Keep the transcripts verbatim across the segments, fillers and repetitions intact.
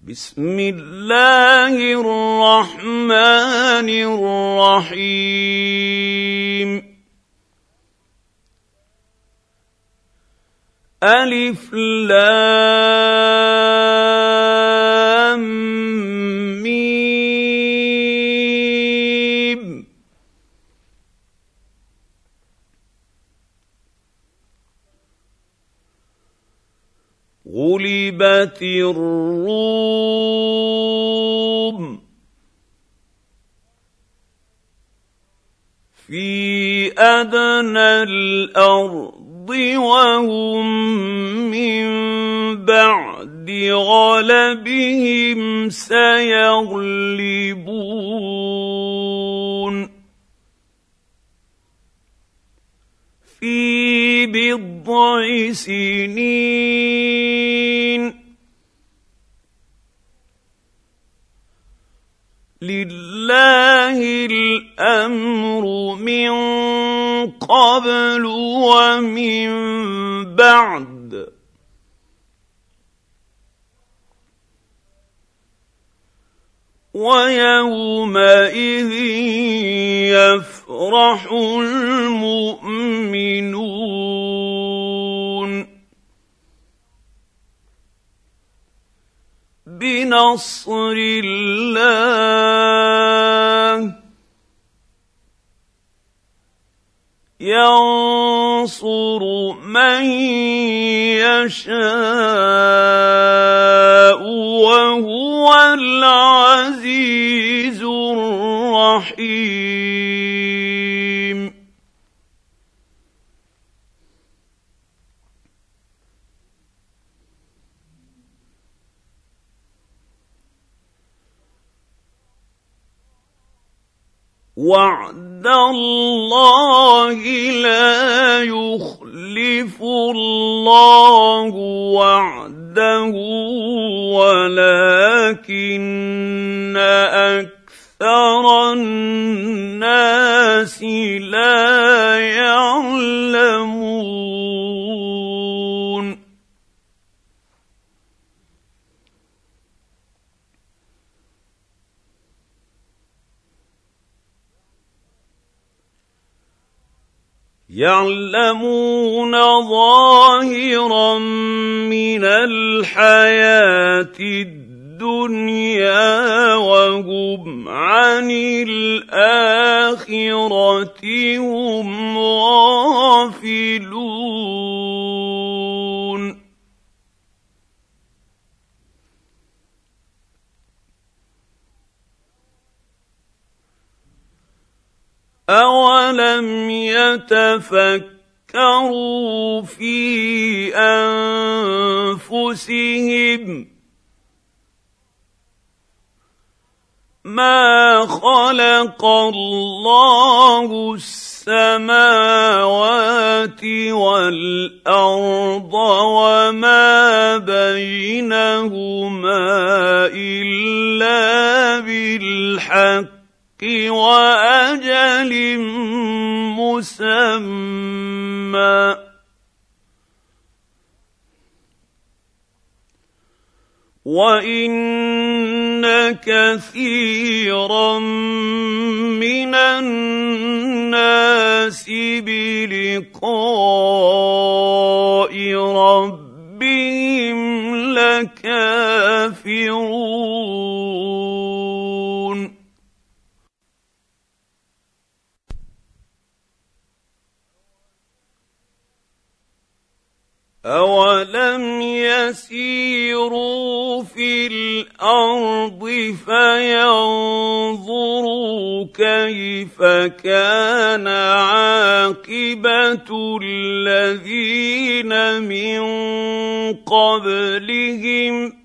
بسم الله الرحمن الرحيم ألف لام ميم غلبت الروم في أدنى الأرض وهم من بعد غلبهم سيغلبون في بضع سنين لله الأمر من قبل ومن بعد ويومئذ يفرح المؤمنون بنصر الله ينصر من يشاء وهو العزيز الرحيم وعد الله لا يخلف الله وعده ولكن أكثر الناس لا يعلمون يعلمون ظاهرا من الحياة الدنيا وهم عن الآخرة هم غافلون أولم يتفكروا في أنفسهم ما خلق الله السماوات والأرض وما بينهما إلا بالحق وأجل مسمى وإن كثيرا من الناس بلقاء ربهم لكافرون أولم يسيروا في الأرض فينظروا كيف كان عاقبة الذين من قبلهم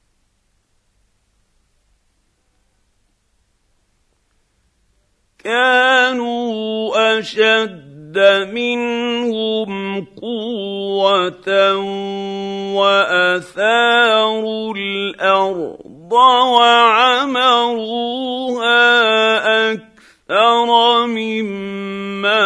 كانوا أشد منهم قوة وأثاروا الأرض وعمروها أكثر مما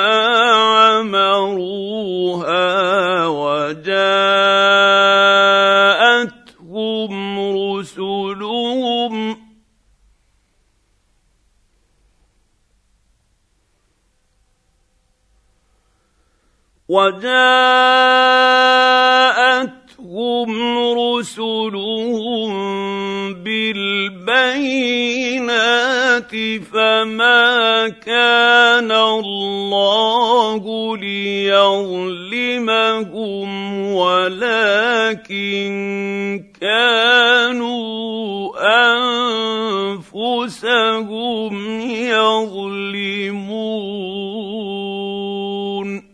عمروها وجاءتهم رسلهم وجاءتهم رسلهم بالبينات فما كان الله ليظلمهم ولكن كانوا أنفسهم يظلمون.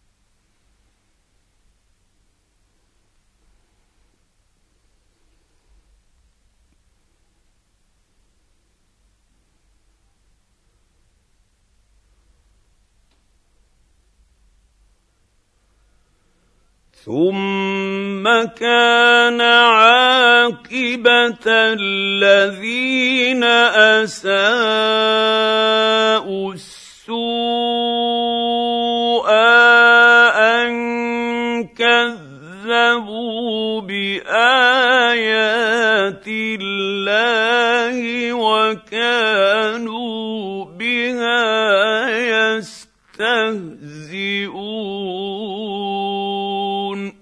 ثم كان عاقبة الذين أساءوا السوء أن كذبوا بآيات الله وكانوا بها يستهزئون.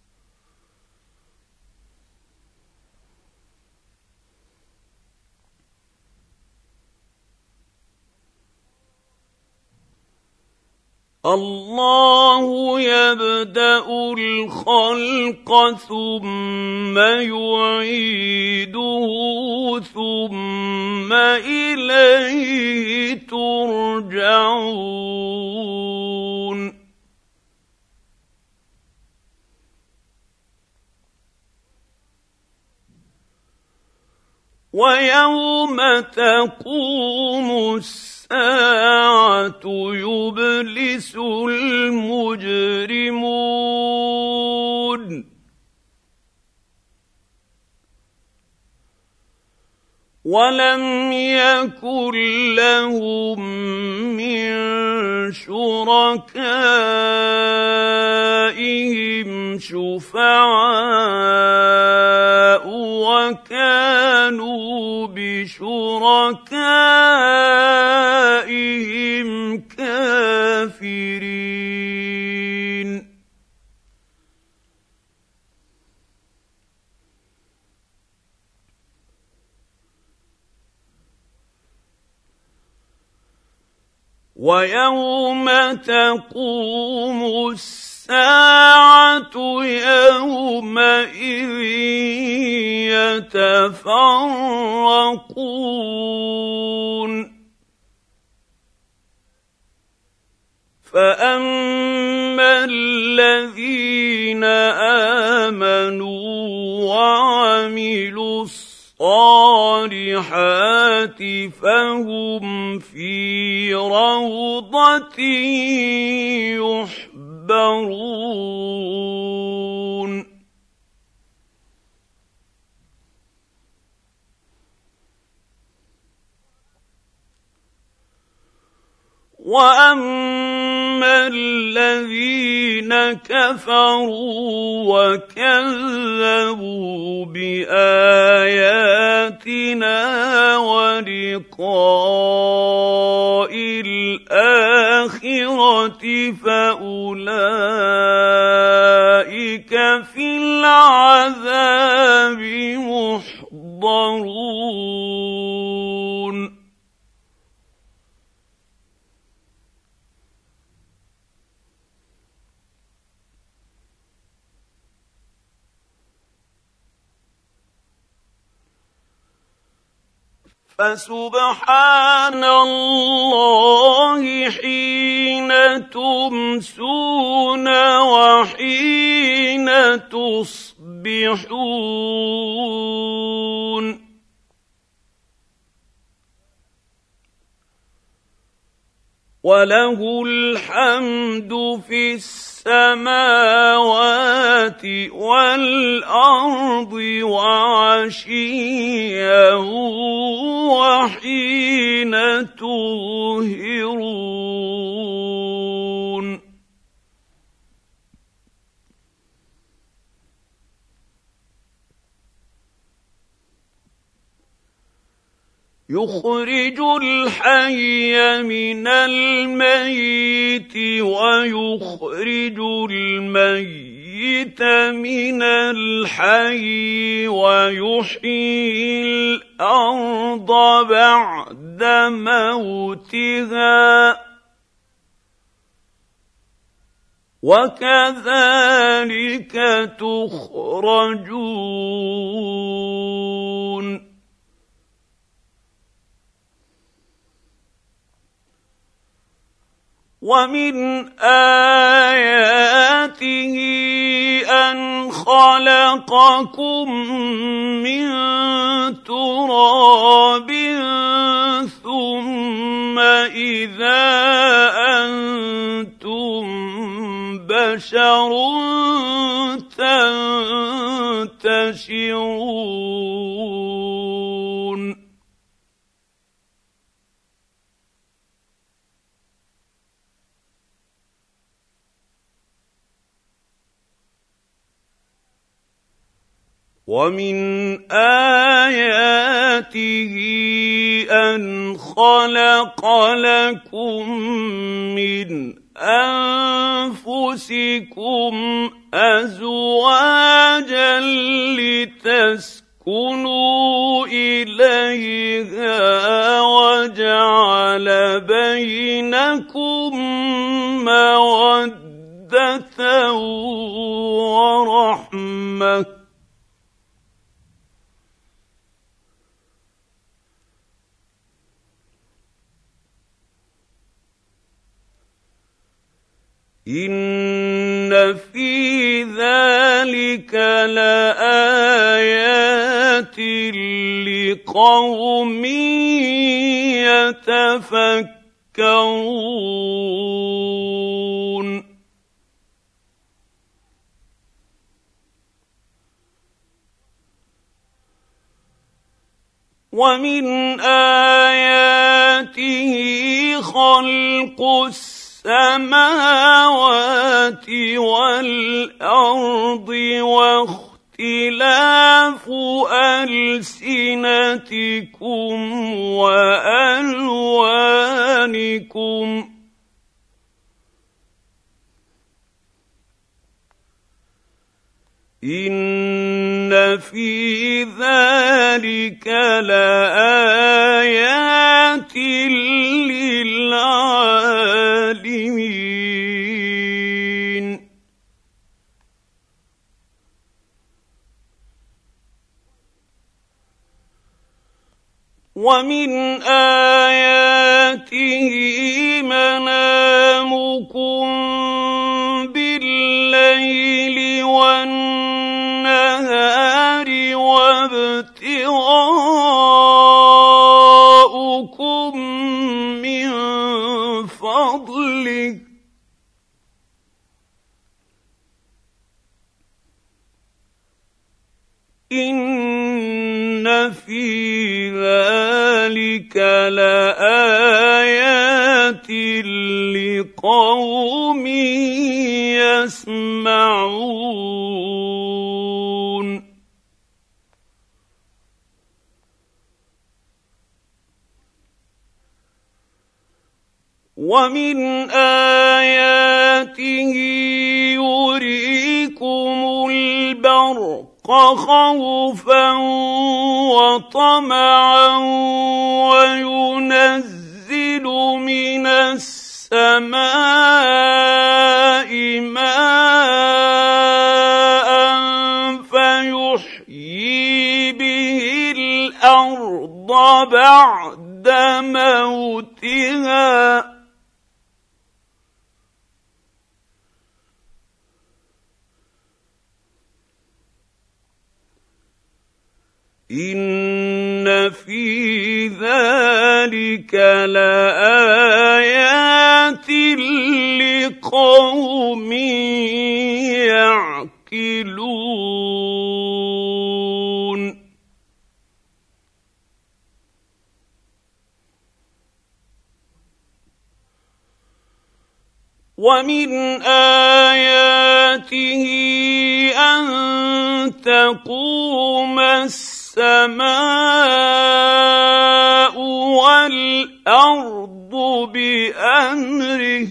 الله يبدأ الخلق ثم يعيده ثم إليه ترجعون. ويوم تقوم الساعة يبلس المجرمون ولم يكن لهم من شركائهم شفعاء وكانوا بشركائهم كافرين. ويوم تقوم الساعة يومئذ يتفرقون فأما الذين آمنوا وعملوا الصالحات فهم في روضة يحبرون. وأما الذين كفروا وكذبوا بآياتنا ولقاء الآخرة فأولئك في العذاب محضرون. فسبحان الله حين تمسون وحين تصبحون وله الحمد في السماوات والأرض وعشيا وحين تظهرون. يخرج الحي من الميت ويخرج الميت من الحي ويحيي الأرض بعد موتها وكذلك تخرجون ومن آياته أن خلقكم من تراب ثم إذا أنتم بشر تنتشرون ومن آياته أن خلق لكم من أنفسكم أزواجا لتسكنوا إليها وجعل بينكم مودة ورحمة إن في ذلك لآيات لقوم يتفكرون ومن آياته خلق السماوات والأرض واختلاف ألسنتكم وألوانكم إن في ذلك لآيات للعالمين ومن آياته منامكم بالليل والنهار وابتغاؤكم من فضله إن في ذلك لآيات لقوم يسمعون ومن آياته يريكم البرق خوفا وطمعا وينزل من السماء ماء فيحيي به الأرض بعد موتها إن في ذلك لآيات لقوم يعقلون ومن آياته أن تقوم السماء والأرض بأمره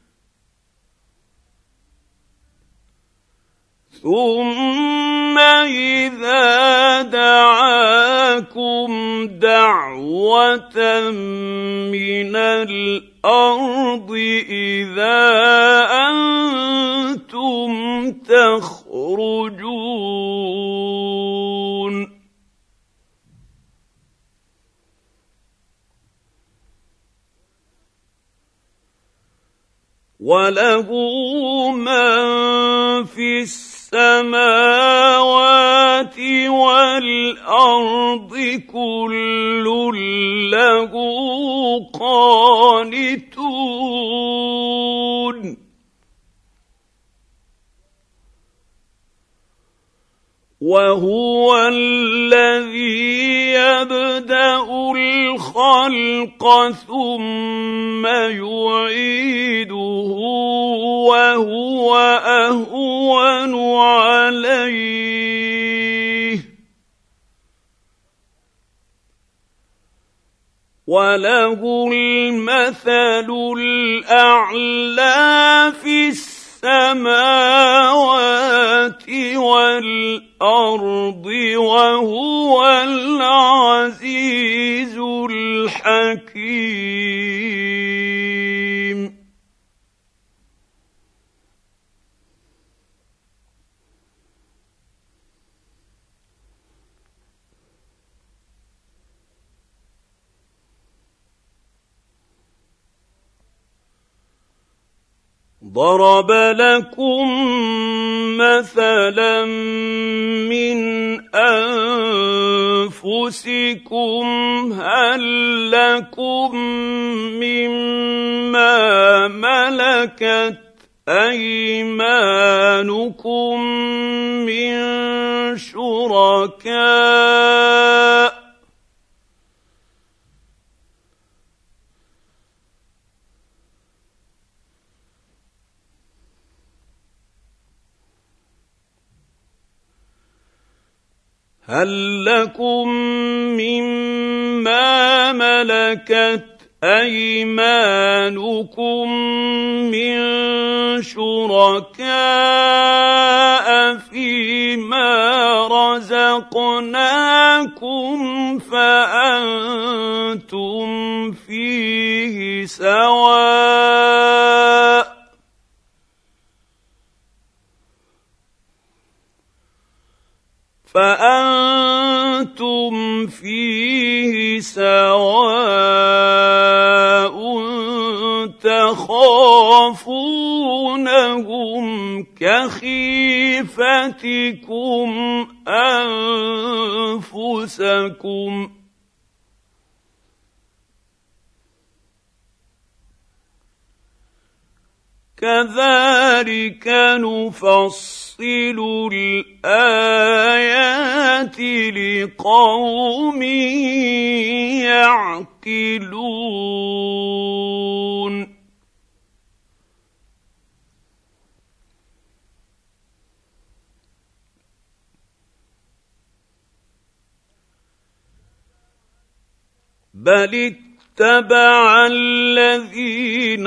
ثم إذا دعاكم دعوة من الأرض إذا أنتم تخرجون وله من في السماوات والأرض كل له قانتون وهو الذي يبدأ الخلق ثم يعيده وهو أهون عليه وله المثل الأعلى في السماوات والأرض وهو العزيز الحكيم ضرب لكم مثلا من أنفسكم هل لكم مما ملكت أيمانكم من شركاء هل لكم مما ملكت أيمانكم من شركاء فيما رزقناكم فأنتم فيه سواء فأنتم فيه سواء تخافونهم كخيفتكم أنفسكم كذلك نفصل الآيات لقوم يعقلون بل اتبع الذين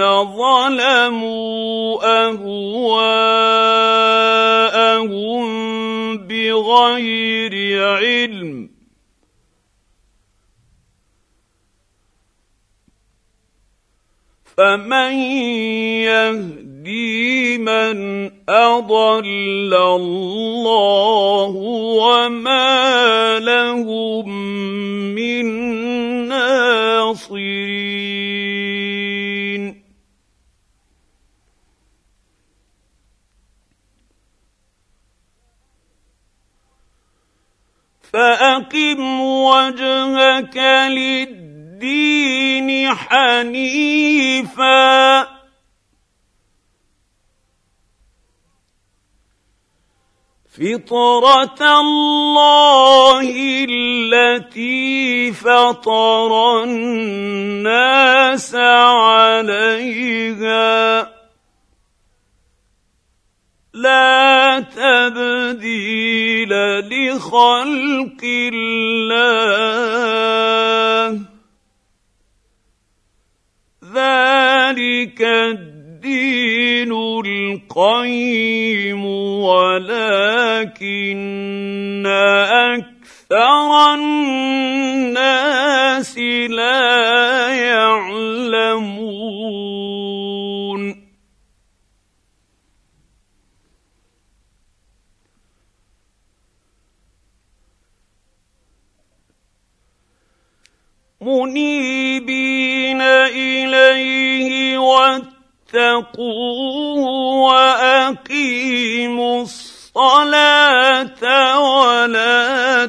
ظلموا أهواءهم بغير علم فمن يهدي من أضل الله وما لهم من ناصرين فأقم وجهك للدين حنيفا فطرة الله التي فطر الناس عليها لا تبديل لخلق الله ذلك الدين القيم ولكن أكثر الناس لا يعلمون منيبين إليه واتقوه وأقيموا الصلاة ولا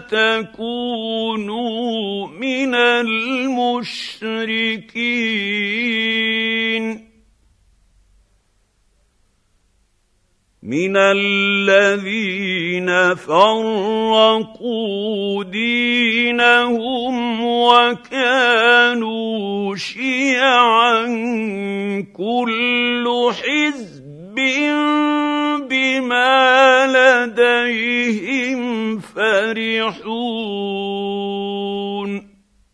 تكونوا من المشركين من الذين فرقوا دينهم وكانوا شيعا كل حزب بما لديهم فرحون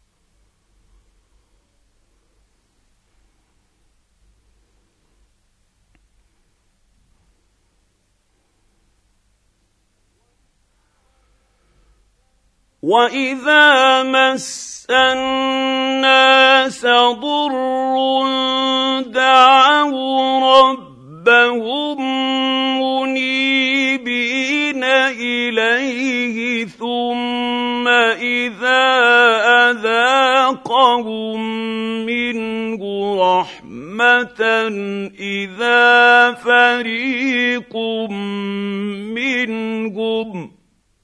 وَإِذَا مَسَّ النَّاسَ ضُرٌّ دَعَوْا رَبَّهُم مُّنِيبِينَ إِلَيْهِ ثُمَّ إِذَا أَذَاقَهُم مِّنْهُ رَحْمَةً إِذَا فَرِيقٌ مِّنْهُمْ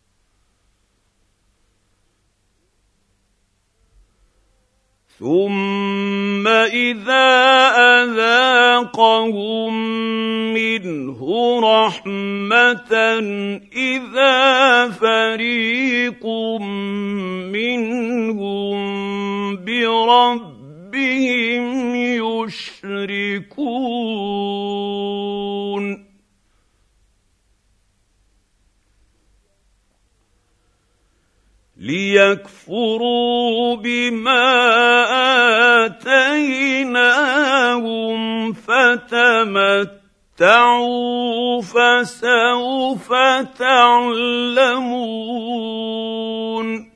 ثُمَّ إِذَا أَذَاقَهُم مِّنْهُ رَحْمَةً إِذَا فَرِيقٌ مِّنْهُم بِرَبِّهِمْ يُشْرِكُونَ لِيَكْفُرُوا بِمَا آتَيْنَاهُمْ فَتَمَتَّعُوا فَسَوْفَ تَعْلَمُونَ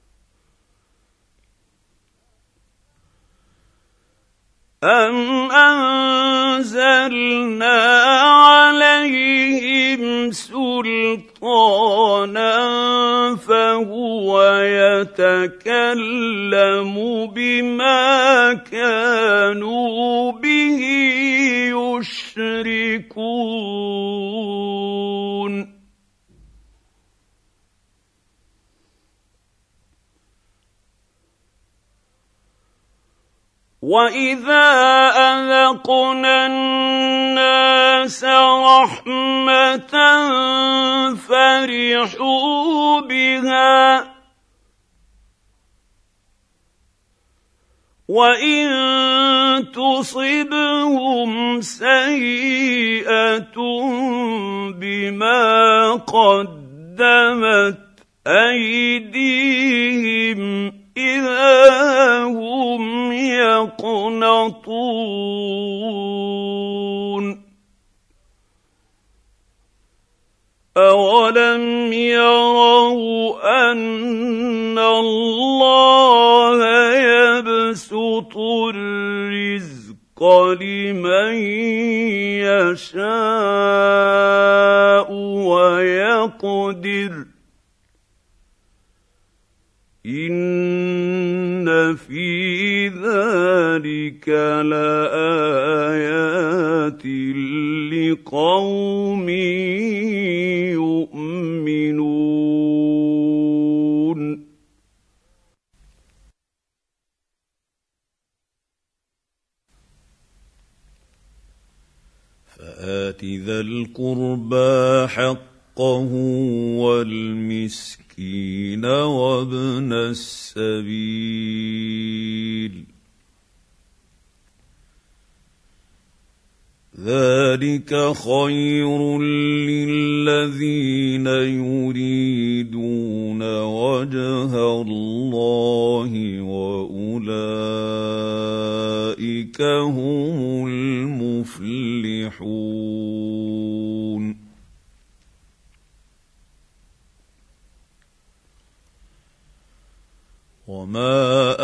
أَمْ أَنزَلْنَا عَلَيْهِمْ سُلْطَانًا فَهُوَ يَتَكَلَّمُ بِمَا كَانُوا بِهِ يُشْرِكُونَ وَإِذَا أَذَقْنَا النَّاسَ رَحْمَةً فَرِحُوا بِهَا وَإِن تُصِبْهُمْ سَيِّئَةٌ بِمَا قَدَّمَتْ أَيْدِيهِمْ إِذَا هُمْ يَقْنَطُونَ أَوَلَمْ يَرَوْا أَنَّ اللَّهَ يَبْسُطُ الرِّزْقَ لِمَن يَشَاءُ وَيَقْدِرُ إِنَّ فِي ذَلِكَ لَآيَاتٍ لِقَوْمٍ يُؤْمِنُونَ فَآتِ ذَا الْقُرْبَى حَقَّهُ وَالْمِسْكِينَ وَابْنَ السَّبِيلِ ذَلِكَ خَيْرٌ لِّلَّذِينَ يُرِيدُونَ وَجْهَ اللَّهِ وَأُولَٰئِكَ هُمُ وما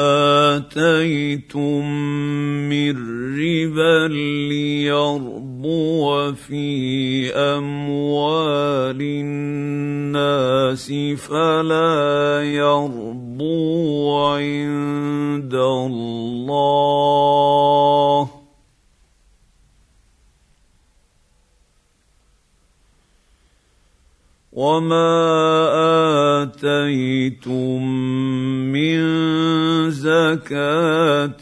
آتيتم من ربا ليربو في أموال الناس فلا يربو عند الله وما آتيتم من زكاة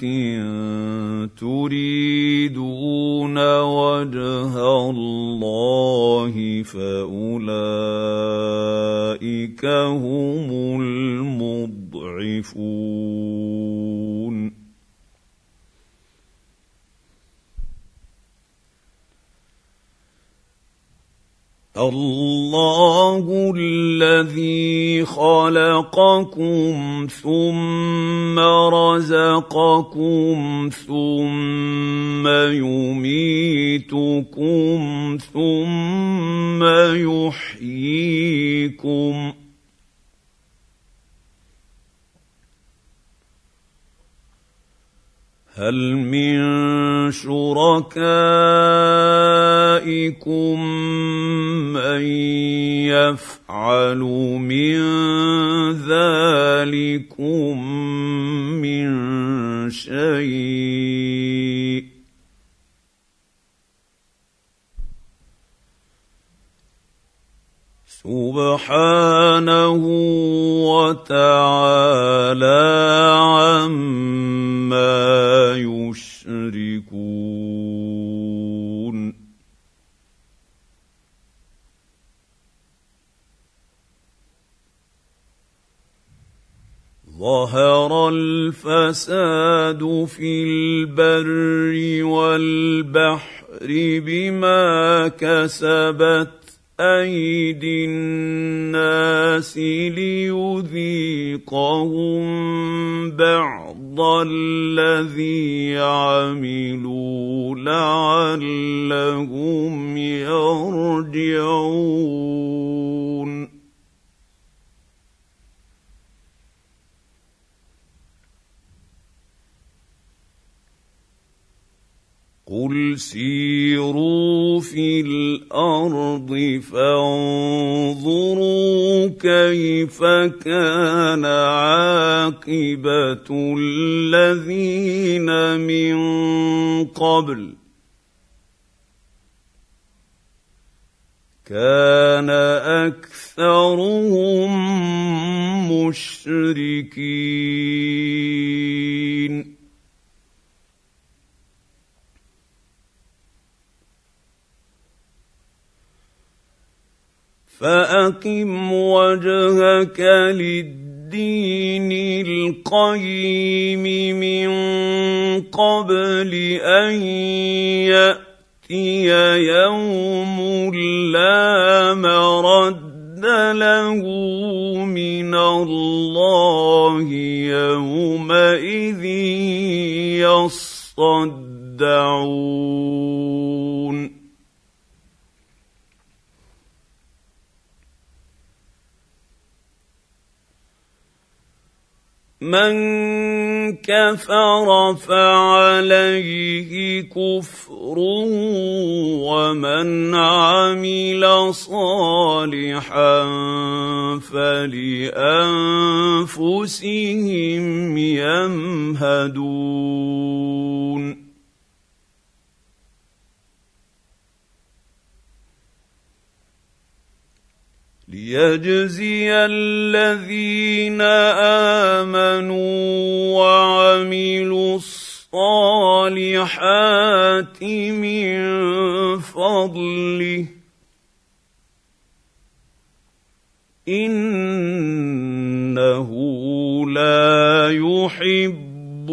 تريدون وجه الله فأولئك هم المضعفون. الله الذي خلقكم ثم رزقكم ثم يميتكم ثم يحييكم هل من شركائكم من يفعل من ذلكم من شيء سبحانه وتعالى عما يشركون. ظهر الفساد في البر والبحر بما كسبت أيدي الناس ليذيقهم بعض الذي عملوا لعلهم يرجعون. قل سيروا في الأرض فانظروا كيف كان عاقبة الذين من قبل كان أكثرهم مشركين. فأقم وجهك للدين القيم من قبل أن يأتي يوم لا مرد له من الله يومئذ يصدعون. من كفر فعليه كفره ومن عمل صالحا فلأنفسهم يمهدون. ليجزي الذين آمنوا وعملوا الصالحات من فضله إنه لا يحب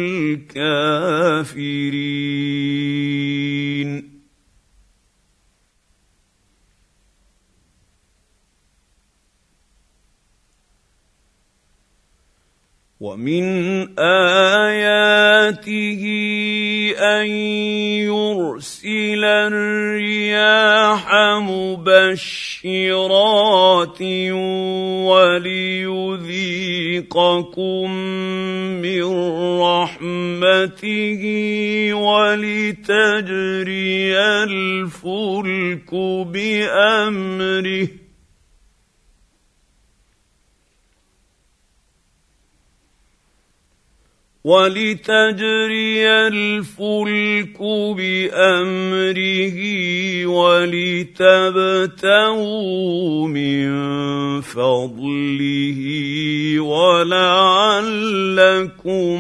الكافرين. ومن آياته أن يرسل الرياح مبشرة مبشرات وليذيقكم من رحمته ولتجري الفلك بأمره ولتجري الفلك بأمره ولتبتغوا من فضله ولعلكم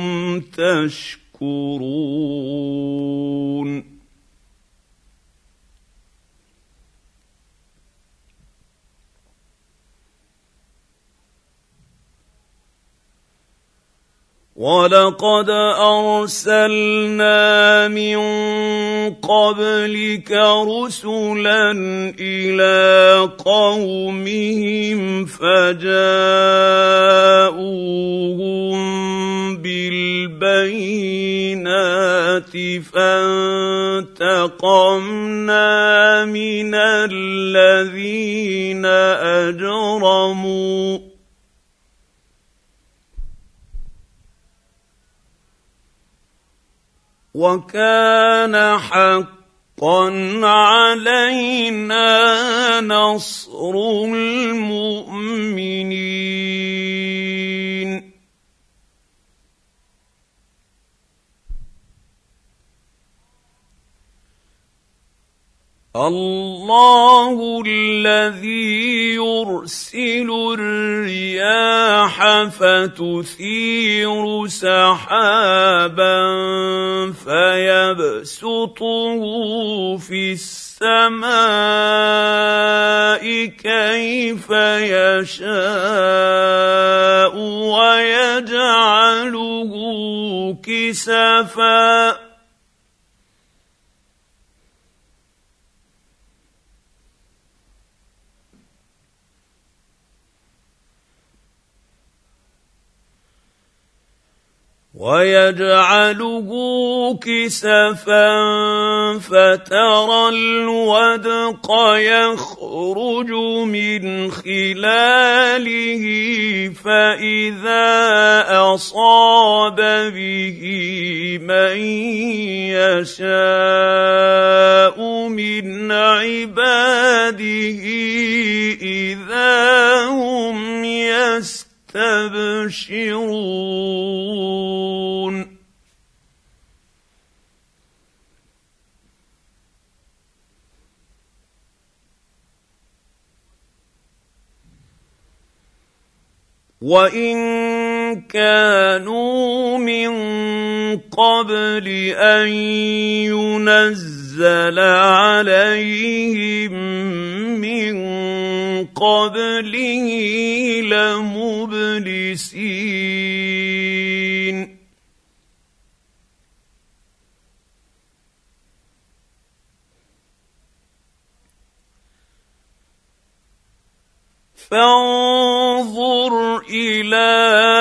تشكرون. وَلَقَدْ أَرْسَلْنَا مِن قَبْلِكَ رُسُلًا إِلَىٰ قَوْمِهِمْ فَجَاءُوهُم بِالْبَيِّنَاتِ فَانتَقَمْنَا مِنَ الَّذِينَ أَجْرَمُوا وَكَانَ حَقًّا عَلَيْنَا نَصْرُ الْمُؤْمِنِينَ. اللَّهُ الَّذِي يُرْسِلُ الرِّيَاحَ فَتُثِيرُ سَحَابًا فَيَبْسُطُهُ فِي السَّمَاءِ كَيْفَ يَشَاءُ وَيَجْعَلُهُ كِسَفًا وَيَجْعَلُهُ كِسَفًا فَتَرَى الْوَدْقَ يَخْرُجُ مِنْ خِلَالِهِ فَإِذَا أَصَابَ بِهِ مَن يَشَاءُ مِنْ عِبَادِهِ إِذَا هُمْ يَسْتَبْشِرُونَ تبشرون. وَإِن كَانُوا مِن قَبْلِ أَن يُنَزَّلَ عَلَيْهِم مِّن قَبْلِهِ لَمُبْلِسِينَ. فانظُرْ إِلَىٰ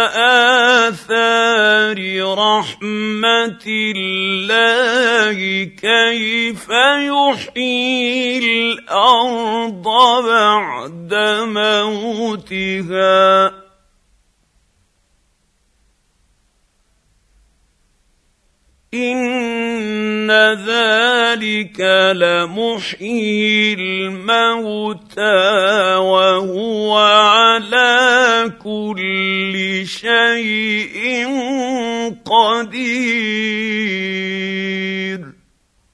آثَارِ رَحْمَةِ اللَّهِ كَيْفَ يُحْيِي الْأَرْضَ بَعْدَ مَوْتِهَا إِنَّ ذَلِكَ لَمُحْيِي الْمَوْتَىٰ وَهُوَ عَلَىٰ كُلِّ شَيْءٍ قَدِيرٌ.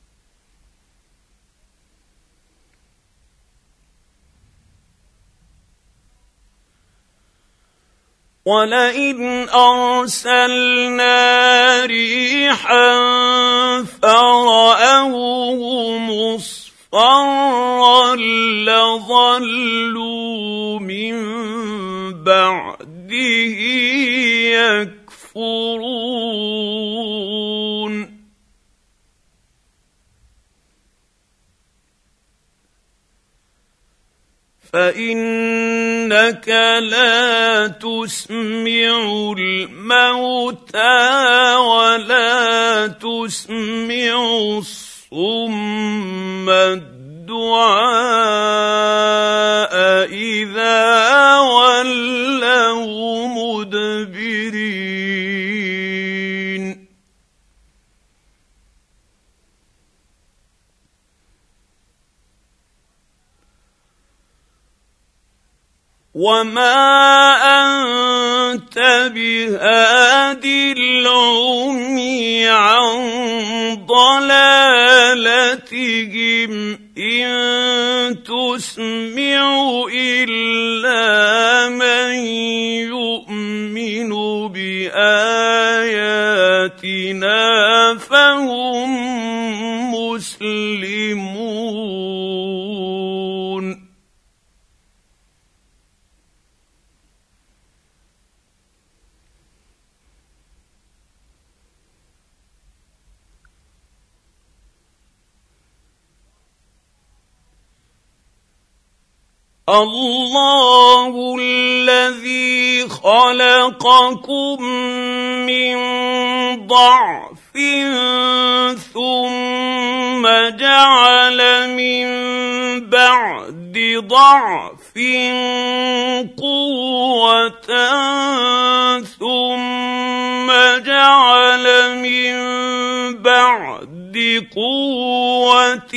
وَلَئِنْ أَرْسَلْنَا رِيحًا فَرَأَوْهُ مُصْفَرًّا لَّظَلُّوا مِن بَعْدِهِ يَكْفُرُونَ. فَإِنَّكَ لَا تُسْمِعُ الْمَوْتَىٰ وَلَا تُسْمِعُ الصُّمَّ الدُّعَاءَ مدبرين وما أنت بهاد العمي عن ضلالتهم إن تسمع إلا من يؤمن بآياتنا فهم مسلمون الله الذي خلقكم من ضعف ثم جعل من بعد ضعف قوة ثم جعل من بعد قوة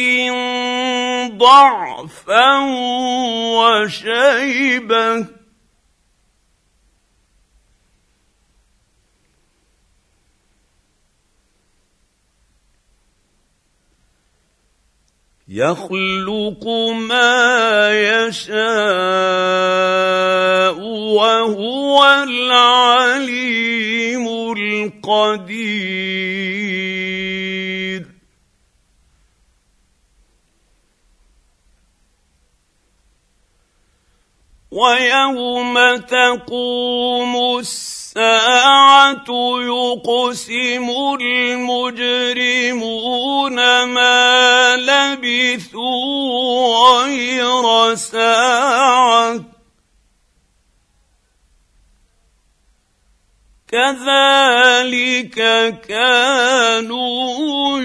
ضعفا وشيبة يخلق ما يشاء وهو العليم القدير ويوم تقوم الساعة يقسم المجرمون ما لبثوا غير ساعة كذلك كانوا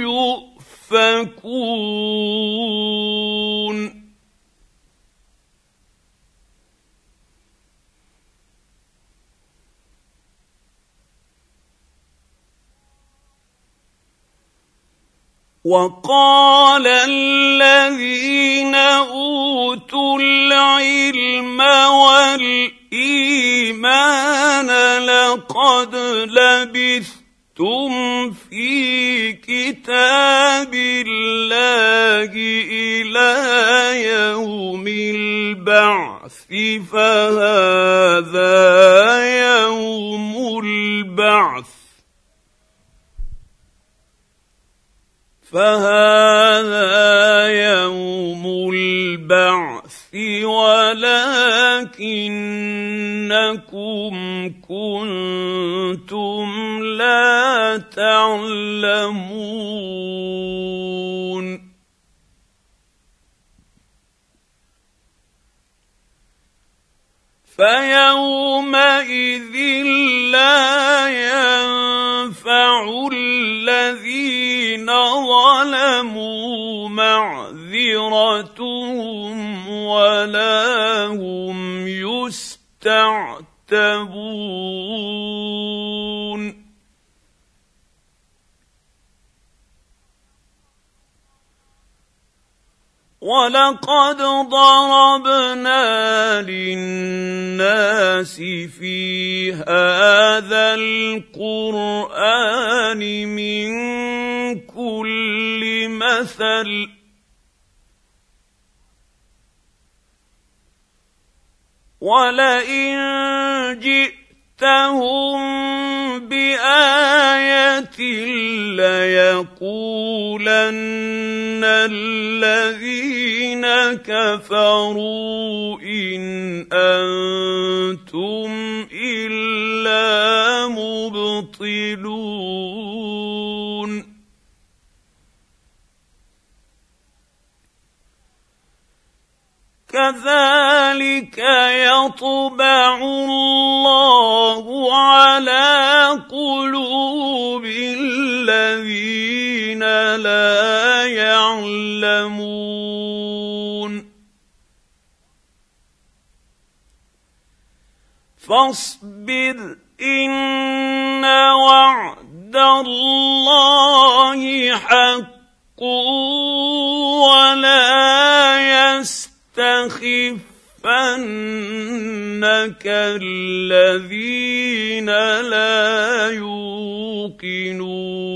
يؤفكون وقال الذين أوتوا العلم والإيمان لقد لبثتم في كتاب الله إلى يوم البعث فهذا يوم البعث فهذا يوم البعث ولكنكم كنتم لا تعلمون فيومئذ لا ينفع الذين ظلموا معذرتهم ولا هم يستعتبون ولقد ضربنا للناس في هذا القرآن من كل مثل ولئن جئتهم بآية ليقولن الذين كفروا إن أنتم إلا مبطلون كذلك يطبع الله على قلوب الذين لا يعلمون فاصبر إن وعد الله حق ولا يستخفنك الذين لا يوقنون